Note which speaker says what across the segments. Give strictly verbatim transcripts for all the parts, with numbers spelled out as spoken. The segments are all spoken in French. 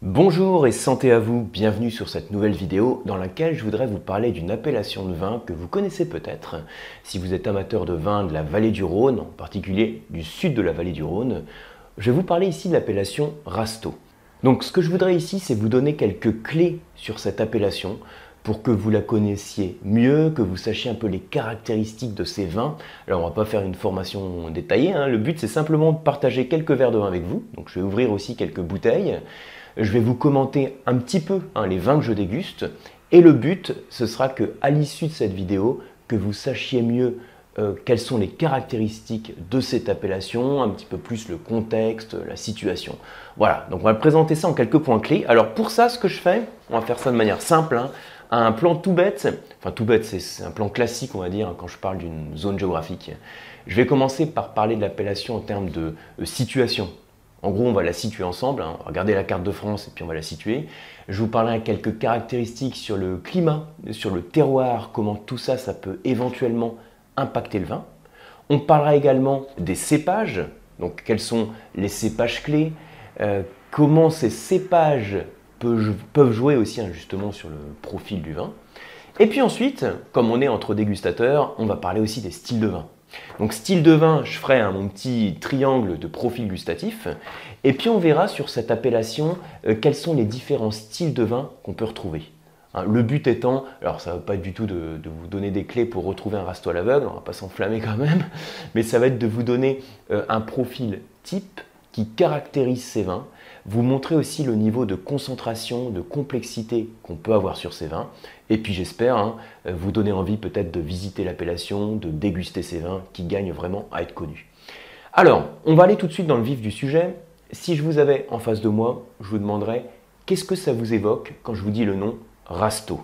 Speaker 1: Bonjour et santé à vous, bienvenue sur cette nouvelle vidéo dans laquelle je voudrais vous parler d'une appellation de vin que vous connaissez peut-être. Si vous êtes amateur de vin de la vallée du Rhône, en particulier du sud de la vallée du Rhône, je vais vous parler ici de l'appellation Rasteau. Donc ce que je voudrais ici, c'est vous donner quelques clés sur cette appellation pour que vous la connaissiez mieux, que vous sachiez un peu les caractéristiques de ces vins. Alors on ne va pas faire une formation détaillée, hein. Le but c'est simplement de partager quelques verres de vin avec vous. Donc je vais ouvrir aussi quelques bouteilles. Je vais vous commenter un petit peu hein, les vins que je déguste. Et le but, ce sera qu'à l'issue de cette vidéo, que vous sachiez mieux euh, quelles sont les caractéristiques de cette appellation, un petit peu plus le contexte, la situation. Voilà, donc on va présenter ça en quelques points clés. Alors pour ça, ce que je fais, on va faire ça de manière simple, hein, un plan tout bête, enfin tout bête, c'est un plan classique on va dire, hein, quand je parle d'une zone géographique. Je vais commencer par parler de l'appellation en termes de euh, situation. En gros, on va la situer ensemble, hein. Regardez la carte de France et puis on va la situer. Je vous parlerai de quelques caractéristiques sur le climat, sur le terroir, comment tout ça, ça peut éventuellement impacter le vin. On parlera également des cépages, donc quels sont les cépages clés, euh, comment ces cépages peuvent, peuvent jouer aussi hein, justement sur le profil du vin. Et puis ensuite, comme on est entre dégustateurs, on va parler aussi des styles de vin. Donc style de vin, je ferai hein, mon petit triangle de profil gustatif. Et puis on verra sur cette appellation euh, quels sont les différents styles de vin qu'on peut retrouver. Hein, le but étant, alors ça ne va pas être du tout de, de vous donner des clés pour retrouver un Rasteau à l'aveugle, on ne va pas s'enflammer quand même, mais ça va être de vous donner euh, un profil type qui caractérise ces vins, vous montrer aussi le niveau de concentration, de complexité qu'on peut avoir sur ces vins, et puis j'espère hein, vous donner envie peut-être de visiter l'appellation, de déguster ces vins qui gagnent vraiment à être connus. Alors, on va aller tout de suite dans le vif du sujet. Si je vous avais en face de moi, je vous demanderais qu'est-ce que ça vous évoque quand je vous dis le nom Rasteau?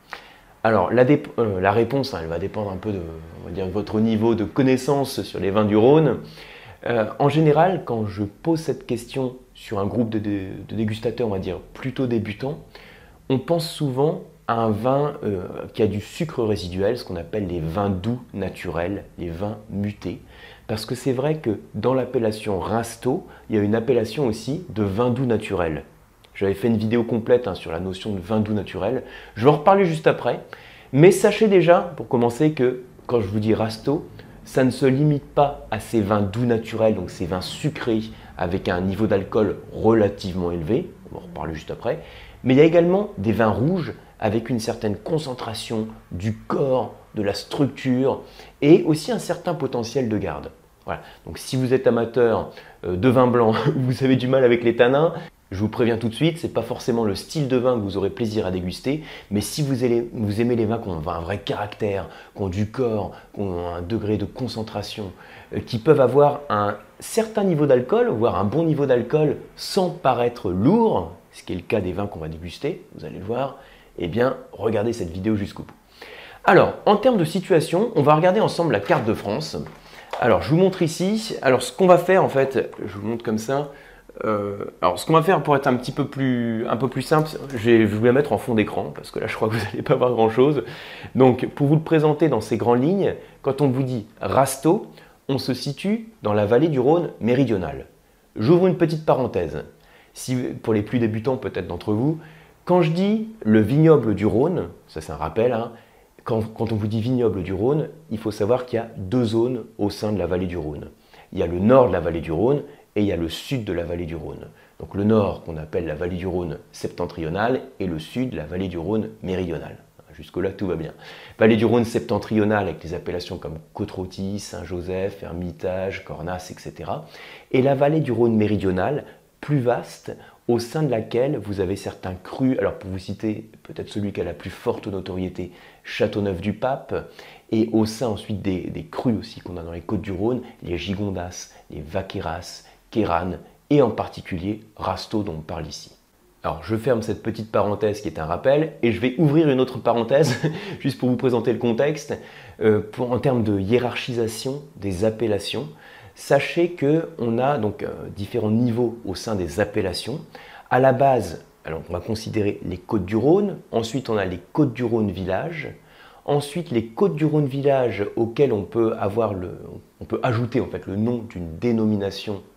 Speaker 1: Alors, la, euh, la réponse, hein, elle va dépendre un peu de, on va dire, votre niveau de connaissance sur les vins du Rhône. Euh, en général, quand je pose cette question sur un groupe de, de, de dégustateurs, on va dire plutôt débutants, on pense souvent à un vin euh, qui a du sucre résiduel, ce qu'on appelle les vins doux naturels, les vins mutés. Parce que c'est vrai que dans l'appellation Rasteau, il y a une appellation aussi de vin doux naturel. J'avais fait une vidéo complète hein, sur la notion de vin doux naturel. Je vais en reparler juste après. Mais sachez déjà, pour commencer, que quand je vous dis Rasteau, ça ne se limite pas à ces vins doux naturels, donc ces vins sucrés avec un niveau d'alcool relativement élevé, on va en reparler juste après, mais il y a également des vins rouges avec une certaine concentration du corps, de la structure et aussi un certain potentiel de garde. Voilà. Donc si vous êtes amateur de vin blanc, vous avez du mal avec les tanins, je vous préviens tout de suite, ce n'est pas forcément le style de vin que vous aurez plaisir à déguster, mais si vous aimez, vous aimez les vins qui ont un vrai caractère, qui ont du corps, qui ont un degré de concentration, euh, qui peuvent avoir un certain niveau d'alcool, voire un bon niveau d'alcool sans paraître lourd, ce qui est le cas des vins qu'on va déguster, vous allez le voir, eh bien regardez cette vidéo jusqu'au bout. Alors, en termes de situation, on va regarder ensemble la carte de France. Alors, je vous montre ici, alors ce qu'on va faire en fait, je vous montre comme ça. Euh, alors, ce qu'on va faire pour être un petit peu plus, un peu plus simple, je vais, je vais vous la mettre en fond d'écran parce que là, je crois que vous n'allez pas voir grand-chose. Donc, pour vous le présenter dans ces grandes lignes, quand on vous dit Rasteau, on se situe dans la vallée du Rhône méridionale. J'ouvre une petite parenthèse. Si, pour les plus débutants peut-être d'entre vous, quand je dis le vignoble du Rhône, ça c'est un rappel, hein, quand, quand on vous dit vignoble du Rhône, il faut savoir qu'il y a deux zones au sein de la vallée du Rhône. Il y a le nord de la vallée du Rhône et il y a le sud de la vallée du Rhône. Donc le nord qu'on appelle la vallée du Rhône septentrionale et le sud la vallée du Rhône méridionale. Jusque-là tout va bien. Vallée du Rhône septentrionale avec des appellations comme Côte-Rôtie, Saint-Joseph, Hermitage, Cornas, et cetera. Et la vallée du Rhône méridionale, plus vaste, au sein de laquelle vous avez certains crus, alors pour vous citer peut-être celui qui a la plus forte notoriété, Châteauneuf-du-Pape, et au sein ensuite des, des crus aussi qu'on a dans les côtes du Rhône, les Gigondas, les Vaqueras, Queyranne et en particulier Rasteau dont on parle ici. Alors je ferme cette petite parenthèse qui est un rappel et je vais ouvrir une autre parenthèse juste pour vous présenter le contexte. Euh, pour, en termes de hiérarchisation des appellations, sachez qu'on a donc euh, différents niveaux au sein des appellations. À la base, alors on va considérer les Côtes du Rhône, ensuite on a les Côtes du Rhône village, ensuite les Côtes du Rhône village auxquelles on peut, avoir le, on peut ajouter en fait, le nom d'une dénomination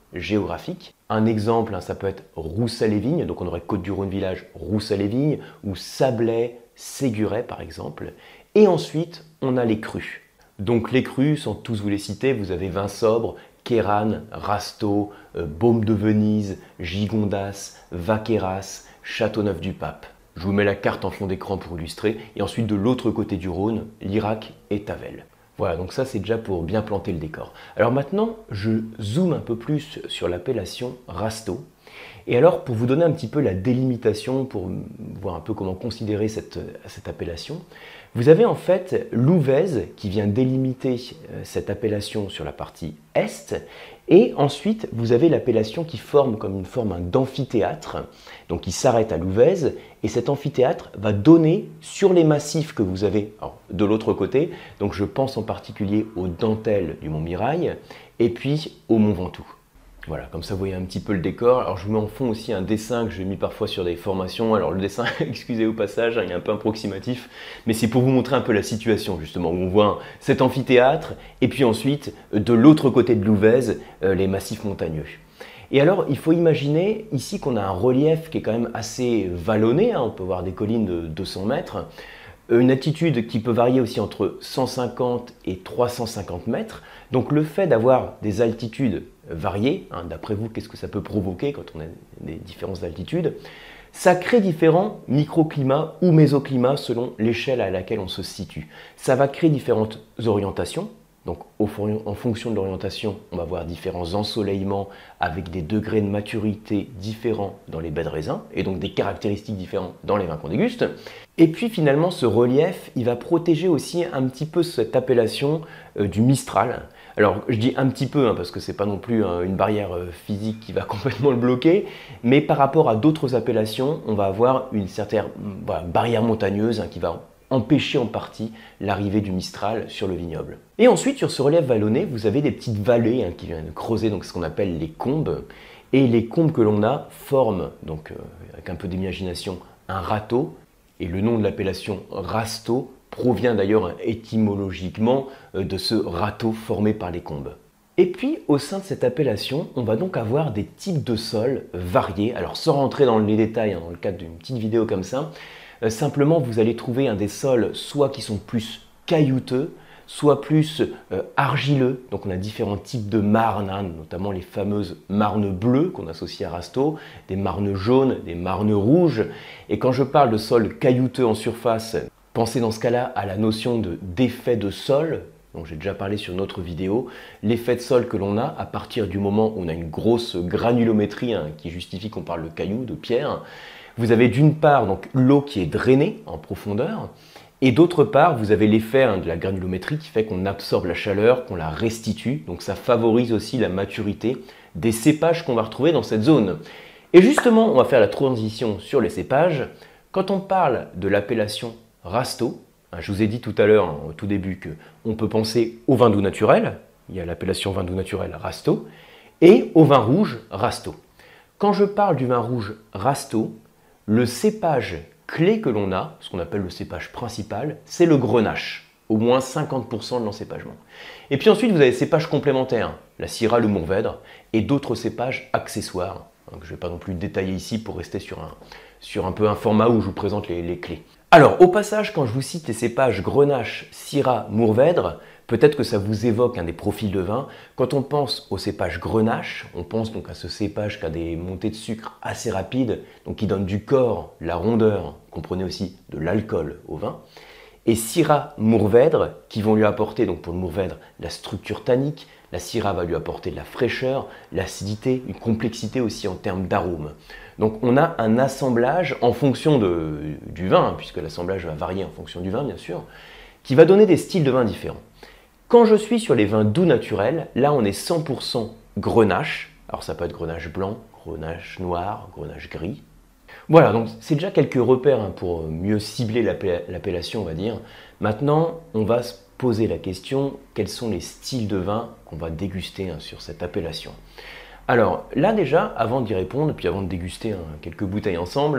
Speaker 1: géographique. Un exemple, hein, ça peut être Roussat-les-Vignes, donc on aurait Côtes-du-Rhône village, Roussat-les-Vignes, ou Sablé, Séguret par exemple. Et ensuite, on a les crus. Donc les crus, sans tous vous les citer, vous avez vin sobre, Queyranne, Rasteau, euh, Baume de Venise, Gigondas, Vaqueras, Châteauneuf-du-Pape. Je vous mets la carte en fond d'écran pour illustrer. Et ensuite, de l'autre côté du Rhône, Lirac et Tavel. Voilà, donc ça c'est déjà pour bien planter le décor. Alors maintenant, je zoome un peu plus sur l'appellation Rasteau. Et alors, pour vous donner un petit peu la délimitation, pour voir un peu comment considérer cette, cette appellation, vous avez en fait l'Ouvèze qui vient délimiter cette appellation sur la partie est, et ensuite vous avez l'appellation qui forme comme une forme d'amphithéâtre, donc qui s'arrête à l'Ouvèze, et cet amphithéâtre va donner sur les massifs que vous avez alors, de l'autre côté, donc je pense en particulier aux dentelles du Mont Mirail, et puis au Mont Ventoux. Voilà, comme ça vous voyez un petit peu le décor. Alors je vous mets en fond aussi un dessin que j'ai mis parfois sur des formations. Alors le dessin, excusez au passage, hein, il est un peu approximatif, mais c'est pour vous montrer un peu la situation justement, où on voit cet amphithéâtre, et puis ensuite, de l'autre côté de l'Ouvèze, euh, les massifs montagneux. Et alors, il faut imaginer ici qu'on a un relief qui est quand même assez vallonné, hein, on peut voir des collines de deux cents mètres, une altitude qui peut varier aussi entre cent cinquante et trois cent cinquante mètres. Donc le fait d'avoir des altitudes variées, hein, d'après vous, qu'est-ce que ça peut provoquer quand on a des différences d'altitude, ça crée différents microclimats ou mésoclimats selon l'échelle à laquelle on se situe. Ça va créer différentes orientations. Donc en fonction de l'orientation, on va avoir différents ensoleillements avec des degrés de maturité différents dans les baies de raisin et donc des caractéristiques différentes dans les vins qu'on déguste. Et puis finalement, ce relief, il va protéger aussi un petit peu cette appellation euh, du Mistral. Alors je dis un petit peu hein, parce que c'est pas non plus hein, une barrière euh, physique qui va complètement le bloquer, mais par rapport à d'autres appellations, on va avoir une certaine voilà, barrière montagneuse hein, qui va empêcher en partie l'arrivée du Mistral sur le vignoble. Et ensuite, sur ce relief vallonné, vous avez des petites vallées hein, qui viennent creuser donc, ce qu'on appelle les combes. Et les combes que l'on a forment, donc, euh, avec un peu d'imagination, un râteau. Et le nom de l'appellation Rasteau provient d'ailleurs étymologiquement euh, de ce râteau formé par les combes. Et puis, au sein de cette appellation, on va donc avoir des types de sols variés. Alors, sans rentrer dans les détails, hein, dans le cadre d'une petite vidéo comme ça, Euh, simplement, vous allez trouver un des sols soit qui sont plus caillouteux, soit plus euh, argileux. Donc on a différents types de marnes, hein, notamment les fameuses marnes bleues qu'on associe à Rasteau, des marnes jaunes, des marnes rouges. Et quand je parle de sol caillouteux en surface, pensez dans ce cas-là à la notion de d'effet de sol. Donc j'ai déjà parlé sur notre vidéo, l'effet de sol que l'on a à partir du moment où on a une grosse granulométrie hein, qui justifie qu'on parle de cailloux, de pierres. Vous avez d'une part donc l'eau qui est drainée en profondeur, et d'autre part vous avez l'effet hein, de la granulométrie qui fait qu'on absorbe la chaleur, qu'on la restitue, donc ça favorise aussi la maturité des cépages qu'on va retrouver dans cette zone. Et justement, on va faire la transition sur les cépages. Quand on parle de l'appellation Rasteau, hein, je vous ai dit tout à l'heure hein, au tout début qu'on peut penser au vin doux naturel, il y a l'appellation vin doux naturel Rasteau, et au vin rouge Rasteau. Quand je parle du vin rouge Rasteau, le cépage clé que l'on a, ce qu'on appelle le cépage principal, c'est le grenache, au moins cinquante pour cent de l'encépagement. Et puis ensuite, vous avez des cépages complémentaires, la syrah, le mourvèdre, et d'autres cépages accessoires, hein, que je ne vais pas non plus détailler ici pour rester sur un, sur un peu un format où je vous présente les, les clés. Alors, au passage, quand je vous cite les cépages grenache, syrah, mourvèdre, peut-être que ça vous évoque un des profils de vin. Quand on pense au cépage grenache, on pense donc à ce cépage qui a des montées de sucre assez rapides, donc qui donne du corps, la rondeur, comprenez aussi de l'alcool au vin. Et syrah, mourvèdre, qui vont lui apporter, donc pour le mourvèdre, la structure tannique. La syrah va lui apporter de la fraîcheur, l'acidité, une complexité aussi en termes d'arôme. Donc on a un assemblage en fonction de, du vin, hein, puisque l'assemblage va varier en fonction du vin bien sûr, qui va donner des styles de vin différents. Quand je suis sur les vins doux naturels, là on est cent pour cent grenache. Alors ça peut être grenache blanc, grenache noir, grenache gris. Voilà, donc c'est déjà quelques repères hein, pour mieux cibler l'appellation, on va dire. Maintenant, on va se poser la question, quels sont les styles de vin qu'on va déguster hein, sur cette appellation. Alors là déjà, avant d'y répondre, puis avant de déguster hein, quelques bouteilles ensemble,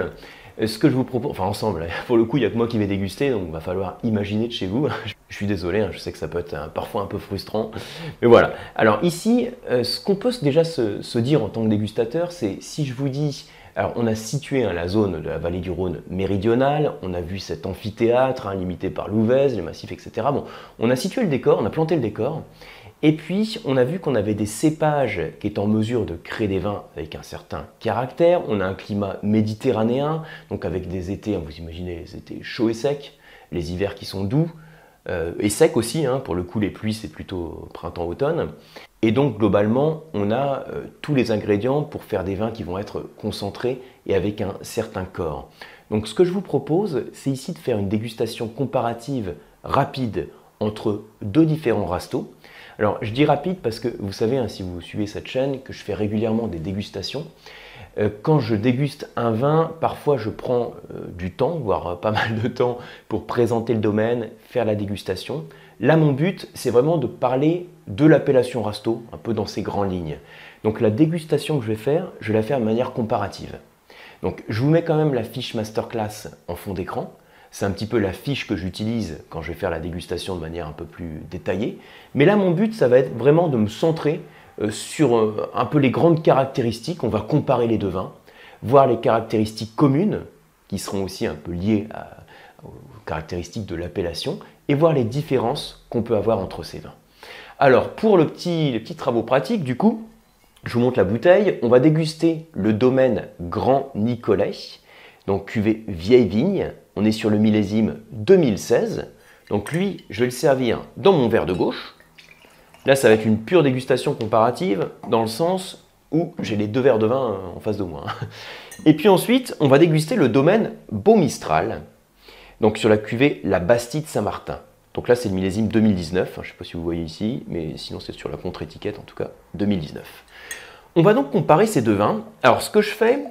Speaker 1: Ce que je vous propose, enfin ensemble, pour le coup, il n'y a que moi qui vais déguster, donc il va falloir imaginer de chez vous. Je suis désolé, hein, je sais que ça peut être euh, parfois un peu frustrant, mais voilà. Alors ici, euh, ce qu'on peut déjà se, se dire en tant que dégustateur, c'est si je vous dis, alors on a situé hein, la zone de la vallée du Rhône méridionale, on a vu cet amphithéâtre hein, limité par l'Ouvèze, les massifs, et cetera. Bon, on a situé le décor, on a planté le décor, et puis on a vu qu'on avait des cépages qui étaient en mesure de créer des vins avec un certain caractère. On a un climat méditerranéen, donc avec des étés, hein, vous imaginez les étés chauds et secs, les hivers qui sont doux, Euh, et sec aussi, hein, pour le coup les pluies c'est plutôt printemps-automne. Et donc globalement on a euh, tous les ingrédients pour faire des vins qui vont être concentrés et avec un certain corps. Donc ce que je vous propose c'est ici de faire une dégustation comparative rapide entre deux différents rastos. Alors je dis rapide parce que vous savez, hein, si vous suivez cette chaîne, que je fais régulièrement des dégustations. Euh, quand je déguste un vin, parfois je prends euh, du temps, voire euh, pas mal de temps pour présenter le domaine, faire la dégustation. Là mon but c'est vraiment de parler de l'appellation Rasteau, un peu dans ses grandes lignes. Donc la dégustation que je vais faire, je vais la faire de manière comparative. Donc je vous mets quand même la fiche masterclass en fond d'écran. C'est un petit peu la fiche que j'utilise quand je vais faire la dégustation de manière un peu plus détaillée. Mais là, mon but, ça va être vraiment de me centrer euh, sur euh, un peu les grandes caractéristiques. On va comparer les deux vins, voir les caractéristiques communes, qui seront aussi un peu liées à, aux caractéristiques de l'appellation, et voir les différences qu'on peut avoir entre ces vins. Alors, pour le petit, les petits travaux pratiques, du coup, je vous montre la bouteille. On va déguster le domaine Grand Nicolet, donc cuvée vieille vigne. On est sur le millésime deux mille seize. Donc lui, je vais le servir dans mon verre de gauche. Là, ça va être une pure dégustation comparative dans le sens où j'ai les deux verres de vin en face de moi. Et puis ensuite, on va déguster le domaine Beau Mistral. Donc sur la cuvée La Bastide Saint-Martin. Donc là, c'est le millésime deux mille dix-neuf. Je ne sais pas si vous voyez ici, mais sinon c'est sur la contre-étiquette, en tout cas, deux mille dix-neuf. On va donc comparer ces deux vins. Alors ce que je fais,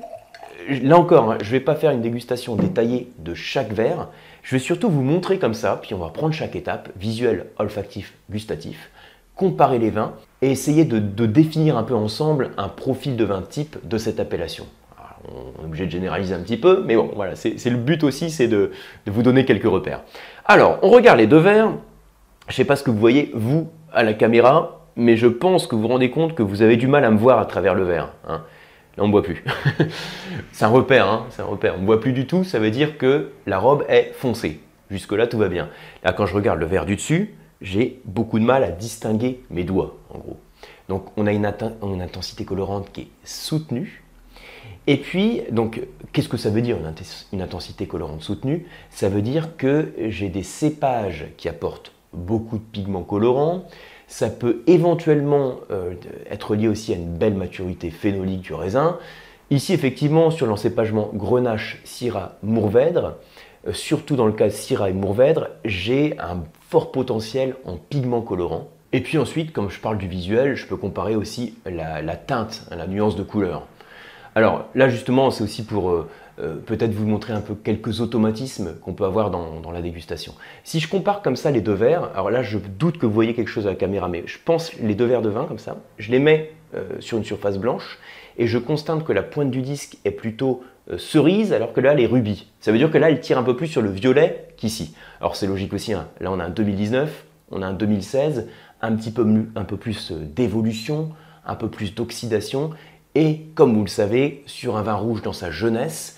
Speaker 1: là encore, hein, je ne vais pas faire une dégustation détaillée de chaque verre. Je vais surtout vous montrer comme ça, puis on va prendre chaque étape, visuel, olfactif, gustatif, comparer les vins et essayer de, de définir un peu ensemble un profil de vin type de cette appellation. Alors, on est obligé de généraliser un petit peu, mais bon, voilà, c'est le but aussi, c'est de, de vous donner quelques repères. Alors, on regarde les deux verres. Je ne sais pas ce que vous voyez, vous, à la caméra, mais je pense que vous vous rendez compte que vous avez du mal à me voir à travers le verre. Hein. Là, on ne boit plus. C'est un repère, hein, c'est un repère. On ne boit plus du tout, ça veut dire que la robe est foncée. Jusque-là, tout va bien. Là, quand je regarde le verre du dessus, j'ai beaucoup de mal à distinguer mes doigts, en gros. Donc, on a une, une intensité colorante qui est soutenue. Et puis, donc, qu'est-ce que ça veut dire, une, une intensité colorante soutenue? Ça veut dire que j'ai des cépages qui apportent beaucoup de pigments colorants. Ça peut éventuellement euh, être lié aussi à une belle maturité phénolique du raisin. Ici, effectivement, sur l'encépagement Grenache, Syrah, Mourvèdre, euh, surtout dans le cas de Syrah et Mourvèdre, j'ai un fort potentiel en pigments colorants. Et puis ensuite, comme je parle du visuel, je peux comparer aussi la, la teinte, la nuance de couleur. Alors là, justement, c'est aussi pour euh, euh, peut-être vous montrer un peu quelques automatismes qu'on peut avoir dans, dans la dégustation. Si je compare comme ça les deux verres, alors là, je doute que vous voyez quelque chose à la caméra, mais je pense les deux verres de vin comme ça, je les mets euh, sur une surface blanche et je constate que la pointe du disque est plutôt euh, cerise, alors que là, elle est rubis. Ça veut dire que là, elle tire un peu plus sur le violet qu'ici. Alors c'est logique aussi, hein. Là, on a un deux mille dix-neuf, on a un deux mille seize, un petit peu, un peu plus d'évolution, un peu plus d'oxydation. Et comme vous le savez, sur un vin rouge dans sa jeunesse,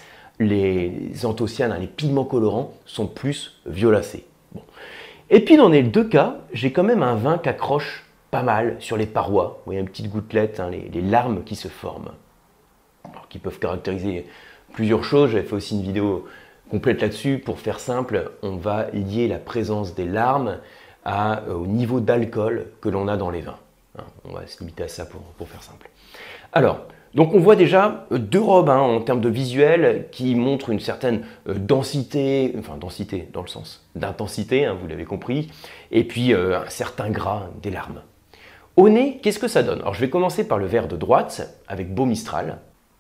Speaker 1: les anthocyanes, les pigments colorants, sont plus violacés. Bon. Et puis dans les deux cas, j'ai quand même un vin qui accroche pas mal sur les parois. Vous voyez une petite gouttelette, hein, les, les larmes qui se forment, alors, qui peuvent caractériser plusieurs choses. J'avais fait aussi une vidéo complète là-dessus. Pour faire simple, on va lier la présence des larmes à, au niveau d'alcool que l'on a dans les vins. Hein, on va se limiter à ça pour, pour faire simple. Alors, donc on voit déjà deux robes hein, en termes de visuel qui montrent une certaine euh, densité, enfin densité dans le sens d'intensité, hein, vous l'avez compris, et puis euh, un certain gras, des larmes. Au nez, qu'est-ce que ça donne? Alors je vais commencer par le verre de droite avec Beau Mistral.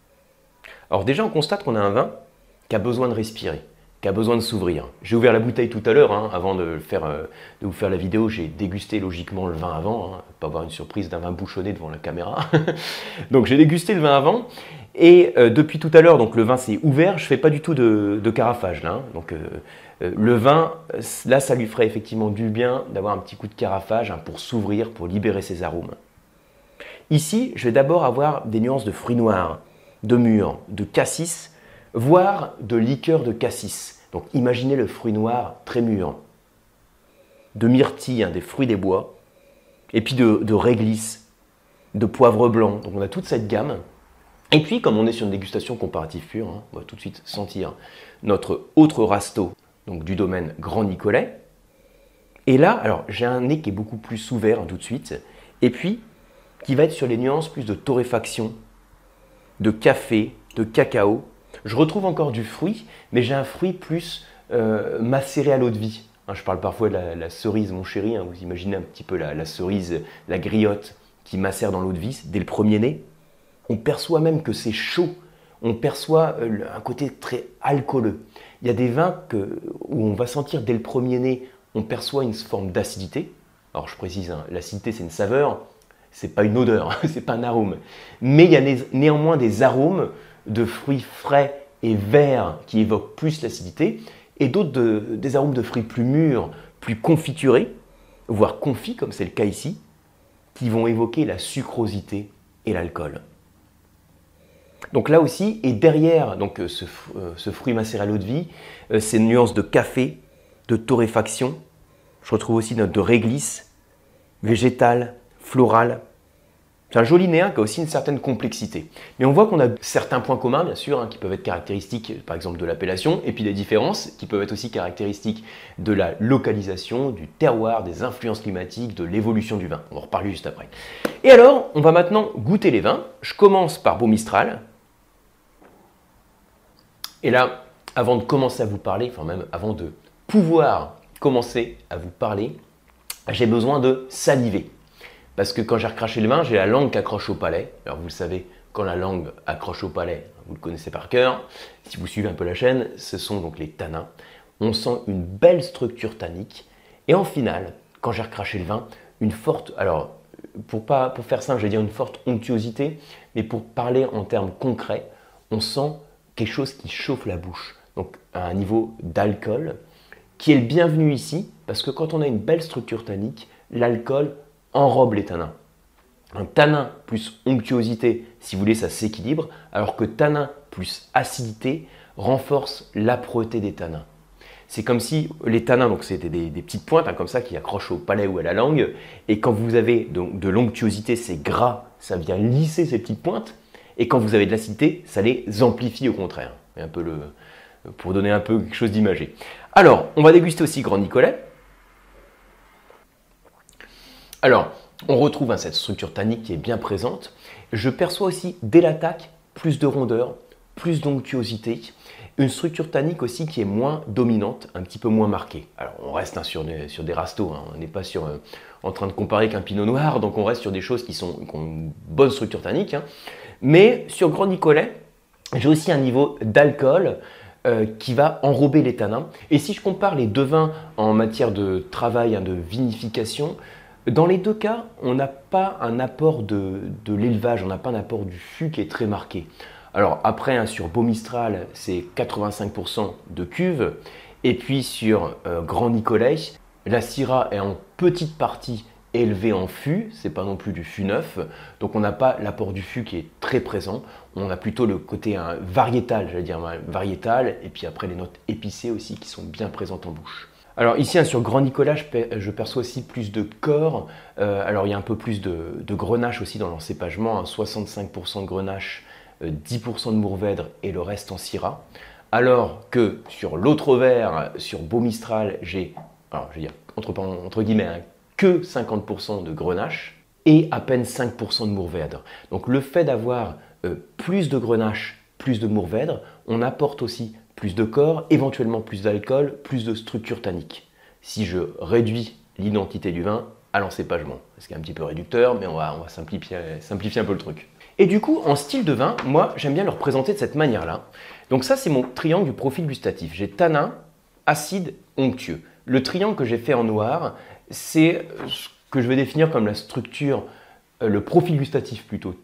Speaker 1: Alors déjà on constate qu'on a un vin qui a besoin de respirer, qui a besoin de s'ouvrir. J'ai ouvert la bouteille tout à l'heure, hein, avant de, faire, euh, de vous faire la vidéo, j'ai dégusté logiquement le vin avant, hein, pas avoir une surprise d'un vin bouchonné devant la caméra. Donc j'ai dégusté le vin avant, Et euh, depuis tout à l'heure, donc le vin s'est ouvert, je ne fais pas du tout de, de carafage là. Hein. Donc euh, euh, le vin, là, ça lui ferait effectivement du bien d'avoir un petit coup de carafage hein, pour s'ouvrir, pour libérer ses arômes. Ici, je vais d'abord avoir des nuances de fruits noirs, de mûres, de cassis, voire de liqueur de cassis. Donc imaginez le fruit noir très mûr, de myrtille, hein, des fruits des bois, et puis de, de réglisse, de poivre blanc. Donc on a toute cette gamme. Et puis, comme on est sur une dégustation comparative pure, hein, on va tout de suite sentir notre autre rasto, donc du domaine Grand Nicolet. Et là, alors j'ai un nez qui est beaucoup plus ouvert hein, tout de suite, et puis qui va être sur les nuances plus de torréfaction, de café, de cacao. Je retrouve encore du fruit, mais j'ai un fruit plus euh, macéré à l'eau de vie. Hein, je parle parfois de la, la cerise, mon chéri, hein, vous imaginez un petit peu la, la cerise, la griotte qui macère dans l'eau de vie dès le premier nez. On perçoit même que c'est chaud, on perçoit un côté très alcooleux. Il y a des vins que, où on va sentir dès le premier nez, on perçoit une forme d'acidité. Alors je précise, hein, l'acidité c'est une saveur, c'est pas une odeur, c'est pas un arôme. Mais il y a né néanmoins des arômes de fruits frais et verts qui évoquent plus l'acidité, et d'autres de, des arômes de fruits plus mûrs, plus confiturés, voire confits comme c'est le cas ici, qui vont évoquer la sucrosité et l'alcool. Donc là aussi, et derrière donc, ce, euh, ce fruit macéré à l'eau de vie, euh, ces nuances de café, de torréfaction, je retrouve aussi notes de réglisse, végétale, florale. C'est un joli nez hein, qui a aussi une certaine complexité. Mais on voit qu'on a certains points communs, bien sûr, hein, qui peuvent être caractéristiques, par exemple, de l'appellation, et puis des différences qui peuvent être aussi caractéristiques de la localisation, du terroir, des influences climatiques, de l'évolution du vin. On va en reparler juste après. Et alors, on va maintenant goûter les vins. Je commence par Beau Mistral. Et là, avant de commencer à vous parler, enfin même avant de pouvoir commencer à vous parler, j'ai besoin de saliver. Parce que quand j'ai recraché le vin, j'ai la langue qui accroche au palais. Alors vous le savez, quand la langue accroche au palais, vous le connaissez par cœur. Si vous suivez un peu la chaîne, ce sont donc les tanins. On sent une belle structure tannique. Et en finale, quand j'ai recraché le vin, une forte, alors pour, pas, pour faire simple, je vais dire une forte onctuosité, mais pour parler en termes concrets, on sent quelque chose qui chauffe la bouche. Donc à un niveau d'alcool, qui est le bienvenu ici, parce que quand on a une belle structure tannique, l'alcool enrobe les tanins. Un tanin plus onctuosité, si vous voulez, ça s'équilibre, alors que tanin plus acidité renforce l'âpreté des tanins. C'est comme si les tanins, donc c'était des, des petites pointes hein, comme ça qui accrochent au palais ou à la langue, et quand vous avez donc de l'onctuosité, c'est gras, ça vient lisser ces petites pointes, et quand vous avez de l'acidité, ça les amplifie au contraire. Un peu le, pour donner un peu quelque chose d'imagé. Alors, on va déguster aussi Grand Nicolet. Alors, on retrouve hein, cette structure tannique qui est bien présente. Je perçois aussi, dès l'attaque, plus de rondeur, plus d'onctuosité. Une structure tannique aussi qui est moins dominante, un petit peu moins marquée. Alors, on reste hein, sur, des, sur des rastos, hein. On n'est pas sur, euh, en train de comparer qu'un pinot noir, donc on reste sur des choses qui, sont, qui ont une bonne structure tannique. Hein. Mais sur Grand Nicolet, j'ai aussi un niveau d'alcool euh, qui va enrober les tanins. Et si je compare les deux vins en matière de travail, hein, de vinification, dans les deux cas, on n'a pas un apport de, de l'élevage, on n'a pas un apport du fût qui est très marqué. Alors après, hein, sur Beau Mistral, c'est quatre-vingt-cinq pour cent de cuve. Et puis sur euh, Grand Nicolet, la Syrah est en petite partie élevée en fût, c'est pas non plus du fût neuf. Donc on n'a pas l'apport du fût qui est très présent. On a plutôt le côté hein, variétal, j'allais dire variétal. Et puis après les notes épicées aussi qui sont bien présentes en bouche. Alors ici, hein, sur Grand Nicolas, je, je perçois aussi plus de corps. Euh, alors il y a un peu plus de, de grenache aussi dans l'encépagement, hein, soixante-cinq pour cent de grenache, euh, dix pour cent de mourvèdre et le reste en syrah. Alors que sur l'autre verre, sur Beau Mistral, j'ai, alors je veux dire entre, entre guillemets, hein, que cinquante pour cent de grenache et à peine cinq pour cent de mourvèdre. Donc le fait d'avoir euh, plus de grenache, plus de mourvèdre, on apporte aussi plus de corps, éventuellement plus d'alcool, plus de structure tannique. Si je réduis l'identité du vin à l'encépagement, ce qui est un petit peu réducteur, mais on va, on va simplifier, simplifier un peu le truc. Et du coup, en style de vin, moi, j'aime bien le représenter de cette manière-là. Donc ça, c'est mon triangle du profil gustatif. J'ai tanin, acide, onctueux. Le triangle que j'ai fait en noir, c'est ce que je vais définir comme la structure, le profil gustatif plutôt type,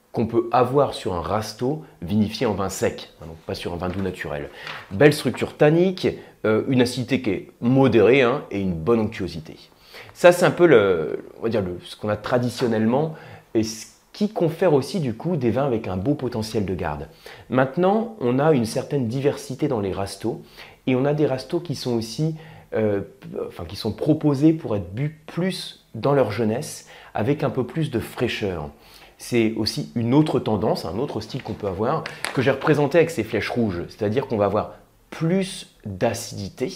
Speaker 1: qu'on peut avoir sur un rasto vinifié en vin sec, hein, donc pas sur un vin doux naturel. Belle structure tannique, euh, une acidité qui est modérée hein, et une bonne onctuosité. Ça, c'est un peu le, on va dire le, ce qu'on a traditionnellement et ce qui confère aussi du coup des vins avec un beau potentiel de garde. Maintenant, on a une certaine diversité dans les rastos et on a des rastos qui sont aussi euh, enfin, qui sont proposés pour être bu plus dans leur jeunesse avec un peu plus de fraîcheur. C'est aussi une autre tendance, un autre style qu'on peut avoir, que j'ai représenté avec ces flèches rouges. C'est-à-dire qu'on va avoir plus d'acidité,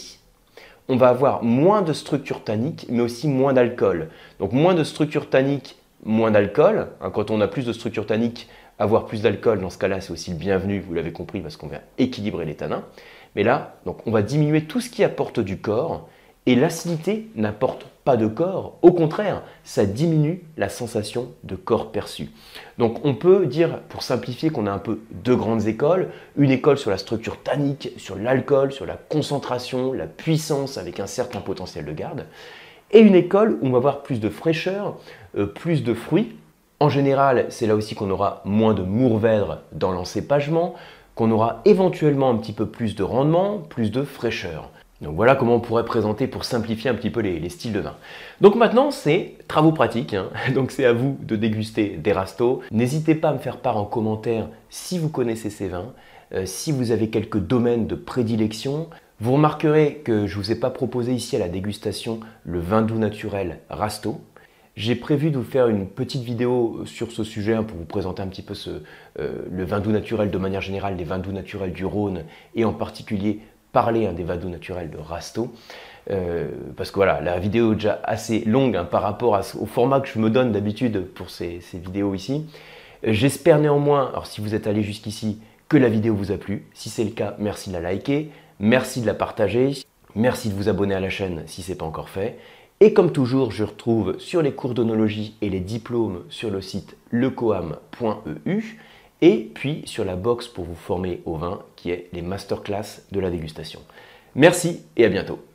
Speaker 1: on va avoir moins de structure tannique, mais aussi moins d'alcool. Donc moins de structure tannique, moins d'alcool. Quand on a plus de structure tannique, avoir plus d'alcool, dans ce cas-là, c'est aussi le bienvenu, vous l'avez compris, parce qu'on va équilibrer les tanins. Mais là, donc, on va diminuer tout ce qui apporte du corps, et l'acidité n'apporte pas de corps, au contraire, ça diminue la sensation de corps perçu. Donc on peut dire, pour simplifier, qu'on a un peu deux grandes écoles, une école sur la structure tannique, sur l'alcool, sur la concentration, la puissance avec un certain potentiel de garde, et une école où on va avoir plus de fraîcheur, euh, plus de fruits. En général, c'est là aussi qu'on aura moins de mourvèdre dans l'encépagement, qu'on aura éventuellement un petit peu plus de rendement, plus de fraîcheur. Donc voilà comment on pourrait présenter pour simplifier un petit peu les, les styles de vin. Donc maintenant, c'est travaux pratiques, hein. Donc c'est à vous de déguster des rastos. N'hésitez pas à me faire part en commentaire si vous connaissez ces vins, euh, si vous avez quelques domaines de prédilection. Vous remarquerez que je ne vous ai pas proposé ici à la dégustation le vin doux naturel Rasto. J'ai prévu de vous faire une petite vidéo sur ce sujet hein, pour vous présenter un petit peu ce, euh, le vin doux naturel de manière générale, les vins doux naturels du Rhône et en particulier parler hein, des vins doux naturels de Rasto. Euh, parce que voilà, la vidéo est déjà assez longue hein, par rapport à, au format que je me donne d'habitude pour ces, ces vidéos ici. J'espère néanmoins, alors si vous êtes allé jusqu'ici, que la vidéo vous a plu. Si c'est le cas, merci de la liker, merci de la partager, merci de vous abonner à la chaîne si ce n'est pas encore fait. Et comme toujours, je retrouve sur les cours d'onologie et les diplômes sur le site lecoam point e u et puis sur la box pour vous former au vin qui est les masterclass de la dégustation. Merci et à bientôt.